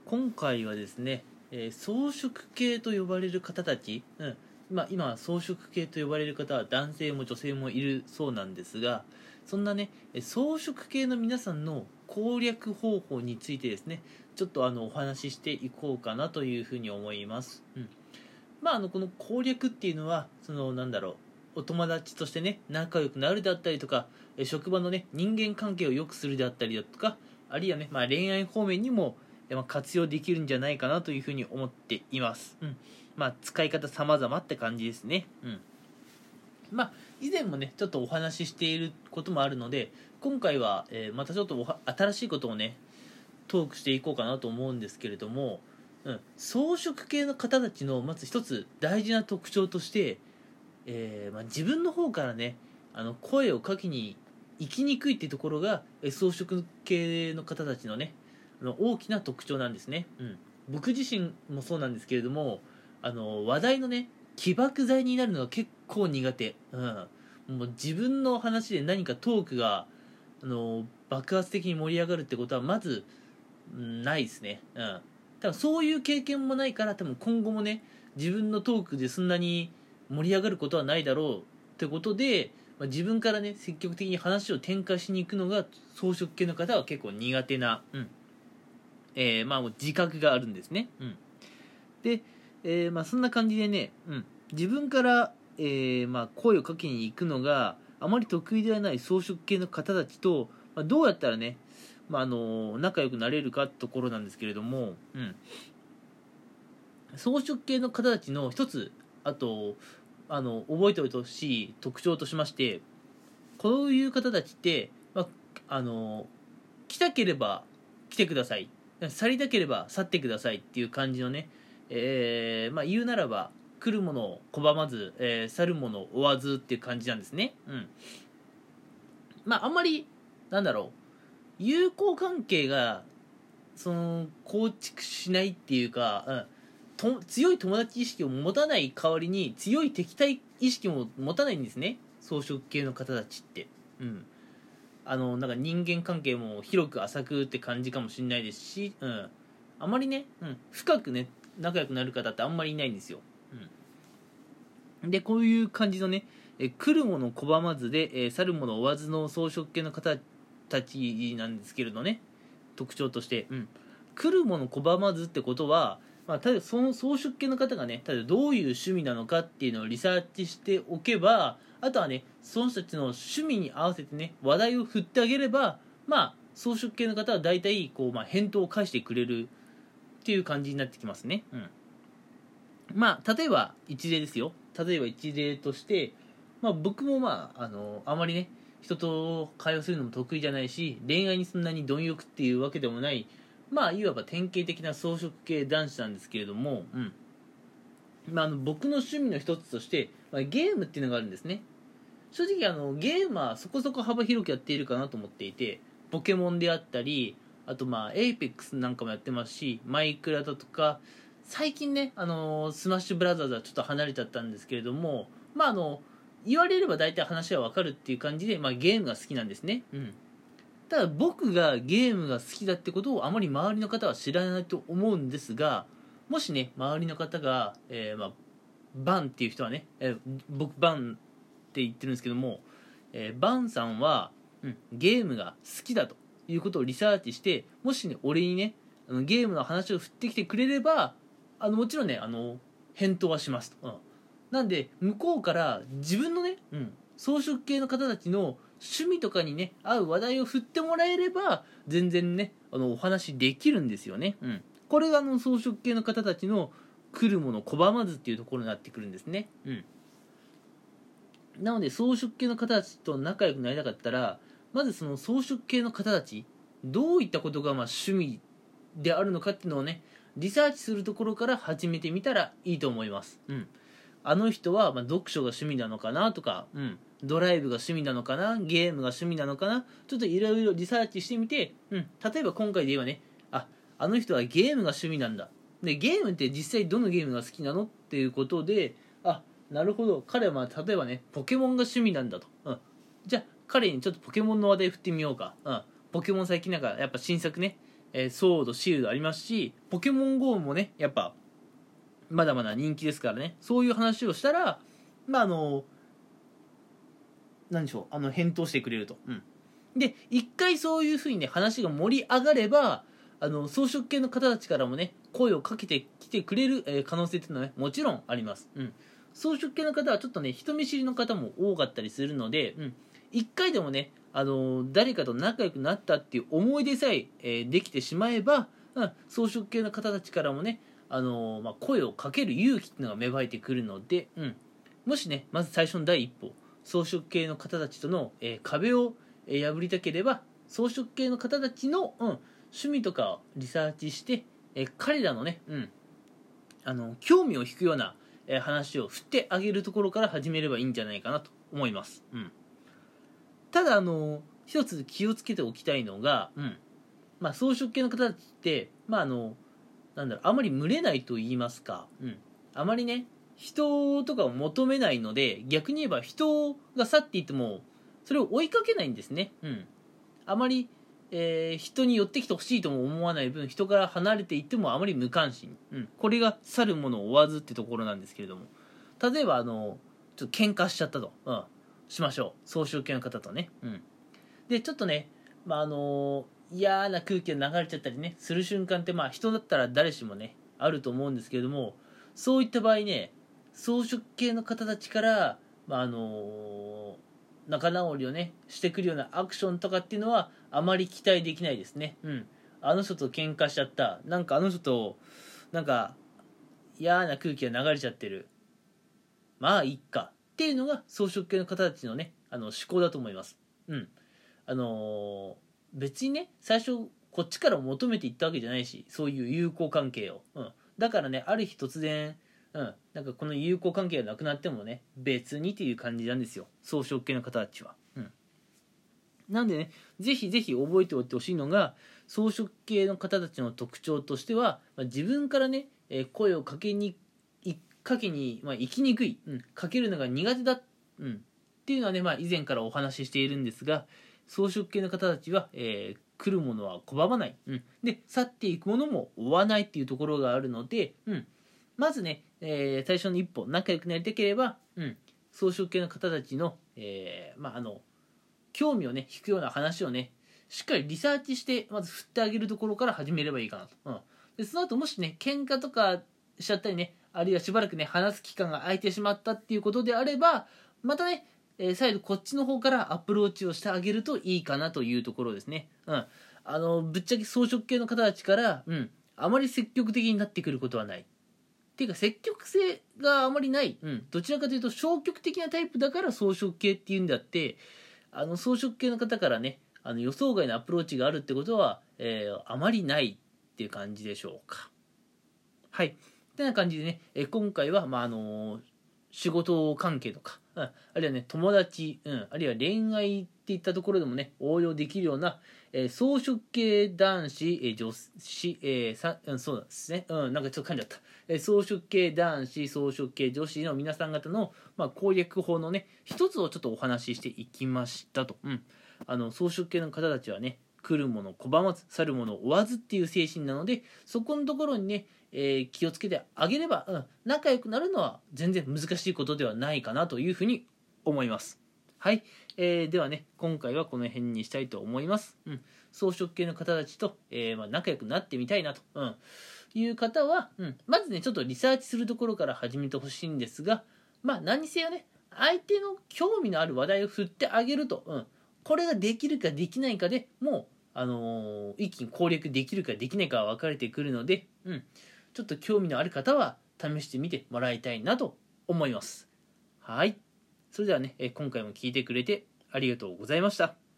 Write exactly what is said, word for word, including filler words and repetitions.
今回はですね、えー草食系と呼ばれる方たち、うんまあ、今草食系と呼ばれる方は男性も女性もいるそうなんですが、そんなねえー草食系の皆さんの攻略方法についてですね、ちょっとあのお話ししていこうかなというふうに思います。うんまあ、あのこの攻略っていうのはそのなんだろう、お友達としてね仲良くなるだったりとか、えー職場のね人間関係を良くするであったりだとか、あるいはね、まあ、恋愛方面にもえーまあ活用できるんじゃないかなというふうに思っています。うんまあ、使い方様々って感じですね。うんまあ、以前もねちょっとお話ししていることもあるので、今回は、えーまたちょっとおは新しいことをねトークしていこうかなと思うんですけれども、うん、草食系の方たちのまず一つ大事な特徴として、えーまあ、自分の方からねあの声をかけに行きにくいっていうところがえー草食系の方たちのねあの大きな特徴なんですね。うん、僕自身もそうなんですけれども、あの話題のね起爆剤になるのが結構苦手、うん、もう自分の話で何かトークがあの爆発的に盛り上がるってことはまずうんないですね。うん。多分そういう経験もないから、多分今後もね、自分のトークでそんなに盛り上がることはないだろうってことで、まあ、自分からね、積極的に話を展開しに行くのが、草食系の方は結構苦手な、うん。えー、まあ、もう自覚があるんですね。うん。で、えー、まあ、そんな感じでね、うん。自分から、えー、まあ、声をかけに行くのがあまり得意ではない草食系の方たちと、まあ、どうやったらね、まあ、あの仲良くなれるかってところなんですけれども、うん、草食系の方たちの一つ、あとあの覚えておいてほしい特徴としまして、こういう方たちって、まあ、あの来たければ来てください、去りたければ去ってくださいっていう感じのね、えーまあ、言うならば来るものを拒まず、えー去るものを追わずっていう感じなんですね。うんまああんまりなんだろう、友好関係がその構築しないっていうか、うん、と強い友達意識を持たない代わりに強い敵対意識も持たないんですね、草食系の方たちって。うんあのなんか人間関係も広く浅くって感じかもしれないですし、うん、あまりね、うん、深くね仲良くなる方ってあんまりいないんですよ。うん、でこういう感じのねえ来るもの拒まずで、え去るもの追わずの草食系の方たちなんですけれどね、特徴として、うん、来るもの拒まずってことは、まあ、ただその草食系の方がねただどういう趣味なのかっていうのをリサーチしておけば、あとはねその人たちの趣味に合わせてね話題を振ってあげれば、まあ草食系の方は大体こう、まあ、返答を返してくれるっていう感じになってきますね。うんまあ例えば一例ですよ。例えば一例として、まあ、僕もまああのあまりね人と会話するのも得意じゃないし、恋愛にそんなに貪欲っていうわけでもない、まあいわば典型的な草食系男子なんですけれども、うんまあ、あの僕の趣味の一つとして、まあ、ゲームっていうのがあるんですね。正直あのゲームはそこそこ幅広くやっているかなと思っていて、ポケモンであったり、あとまあエイペックスなんかもやってますし、マイクラだとか、最近ねあのスマッシュブラザーズはちょっと離れちゃったんですけれども、まああの言われれば大体話はわかるっていう感じで、まあ、ゲームが好きなんですね。うんただ僕がゲームが好きだってことをあまり周りの方は知らないと思うんですが、もしね周りの方が、えーまあ、バンっていう人はね、えー僕バンって言ってるんですけども、えーバンさんは、うん、ゲームが好きだということをリサーチして、もしね俺にねあのゲームの話を振ってきてくれれば、あのもちろんねあの返答はしますと、うん、なんで向こうから自分のね、うん、草食系の方たちの趣味とかにね合う話題を振ってもらえれば全然ねあのお話できるんですよね。うん、これがあの草食系の方たちの来るもの拒まずっていうところになってくるんですね。うんなので草食系の方たちと仲良くなりたかったら、まずその草食系の方たちどういったことがまあ趣味であるのかっていうのをねリサーチするところから始めてみたらいいと思います。うんあの人はまあ読書が趣味なのかなとか、うん、ドライブが趣味なのかな、ゲームが趣味なのかな、ちょっといろいろリサーチしてみて、うん、例えば今回で言えばね、あ、あの人はゲームが趣味なんだ。で、ゲームって実際どのゲームが好きなのっていうことで、あ、なるほど、彼はまあ例えばね、ポケモンが趣味なんだと。うん、じゃあ彼にちょっとポケモンの話題振ってみようか。うん、ポケモン最近なんかやっぱ新作ね、 えー、ソードシールドありますし、ポケモン ゴー もねやっぱまだまだ人気ですからね、そういう話をしたらまああの何でしょう、あの返答してくれると、うん、で一回そういうふうにね話が盛り上がれば、あの草食系の方たちからもね声をかけてきてくれる、えー可能性っていうのはねもちろんあります、うん、草食系の方はちょっとね人見知りの方も多かったりするので、うん、一回でもね、あのー誰かと仲良くなったっていう思い出さええーできてしまえば、うん、草食系の方たちからもね、あのーまあ、声をかける勇気っていうのが芽生えてくるので、うん、もしねまず最初の第一歩、草食系の方たちとの、えー壁を、えー破りたければ草食系の方たちの、うん、趣味とかをリサーチして、えー彼らのね、うん、あの興味を引くような、えー話を振ってあげるところから始めればいいんじゃないかなと思います、うん、ただあの一つ気をつけておきたいのが、うん、まあ草食系の方たちってまああのなんだろう、あまり群れないと言いますか、うん、あまりね人とかを求めないので、逆に言えば人が去っていってもそれを追いかけないんですね、うん、あまり、えー人に寄ってきてほしいとも思わない分、人から離れていってもあまり無関心、うん、これが去る者を追わずってところなんですけれども、例えばあのちょっと喧嘩しちゃったと、うん、しましょう、草食系の方とね、うん、でちょっとね、まああの嫌な空気が流れちゃったりねする瞬間って、まあ人だったら誰しもねあると思うんですけれども、そういった場合ね草食系の方たちから、まああの仲直りをねしてくるようなアクションとかっていうのはあまり期待できないですね、うん、あの人と喧嘩しちゃった、なんかあの人となんか嫌な空気が流れちゃってる、まあいっかっていうのが草食系の方たちのねあの思考だと思います、うんあのー別にね最初こっちから求めていったわけじゃないし、そういう友好関係を、うん、だからねある日突然、うん、なんかこの友好関係がなくなってもね別にっていう感じなんですよ、草食系の方たちは、うん、なんでねぜひぜひ覚えておいてほしいのが、草食系の方たちの特徴としては、まあ、自分からね、えー声をかけにいかけに、まあ、行きにくい、うん、かけるのが苦手だ、うん、っていうのはね、まあ、以前からお話ししているんですが、草食系の方たちは、えー来るものは拒まない、うん、で去っていくものも追わないっていうところがあるので、うん、まずね、えー最初の一歩仲良くなりたければ、うん、草食系の方たちの、えーまあ、あの興味をね引くような話をねしっかりリサーチしてまず振ってあげるところから始めればいいかなと、うん、でその後もしね喧嘩とかしちゃったりね、あるいはしばらくね話す期間が空いてしまったっていうことであれば、またねえー再度こっちの方からアプローチをしてあげるといいかなというところですね、うん、あのぶっちゃけ草食系の方たちから、うん、あまり積極的になってくることはない、っていうか積極性があまりない、うん、どちらかというと消極的なタイプだから草食系っていうんであって、あの草食系の方からねあの予想外のアプローチがあるってことは、えーあまりないっていう感じでしょうか。はい。ってな感じでね、えー今回は、まああのー仕事関係とか、うん、あるいはね友達、うん、あるいは恋愛っていったところでもね応用できるような、えー草食系男子、えー女子、えーさうん、そうですね、うん、なんかちょっと噛んじゃった、えー草食系男子草食系女子の皆さん方の、まあ、攻略法のね一つをちょっとお話ししていきましたと、うん、あの草食系の方たちはね来るもの拒まず去るものを追わずっていう精神なので、そこのところにね、えー気をつけてあげれば、うん、仲良くなるのは全然難しいことではないかなというふうに思います。はい、えーではね今回はこの辺にしたいと思います。うん、草食系の方たちと、えーまあ、仲良くなってみたいなと、うん、いう方は、うん、まずねちょっとリサーチするところから始めてほしいんですが、まあ何にせよね相手の興味のある話題を振ってあげると、うん、これができるかできないかでもう、あのー一気に攻略できるかできないかは分かれてくるので、うん、ちょっと興味のある方は試してみてもらいたいなと思います。はい。それではね、え今回も聞いてくれてありがとうございました。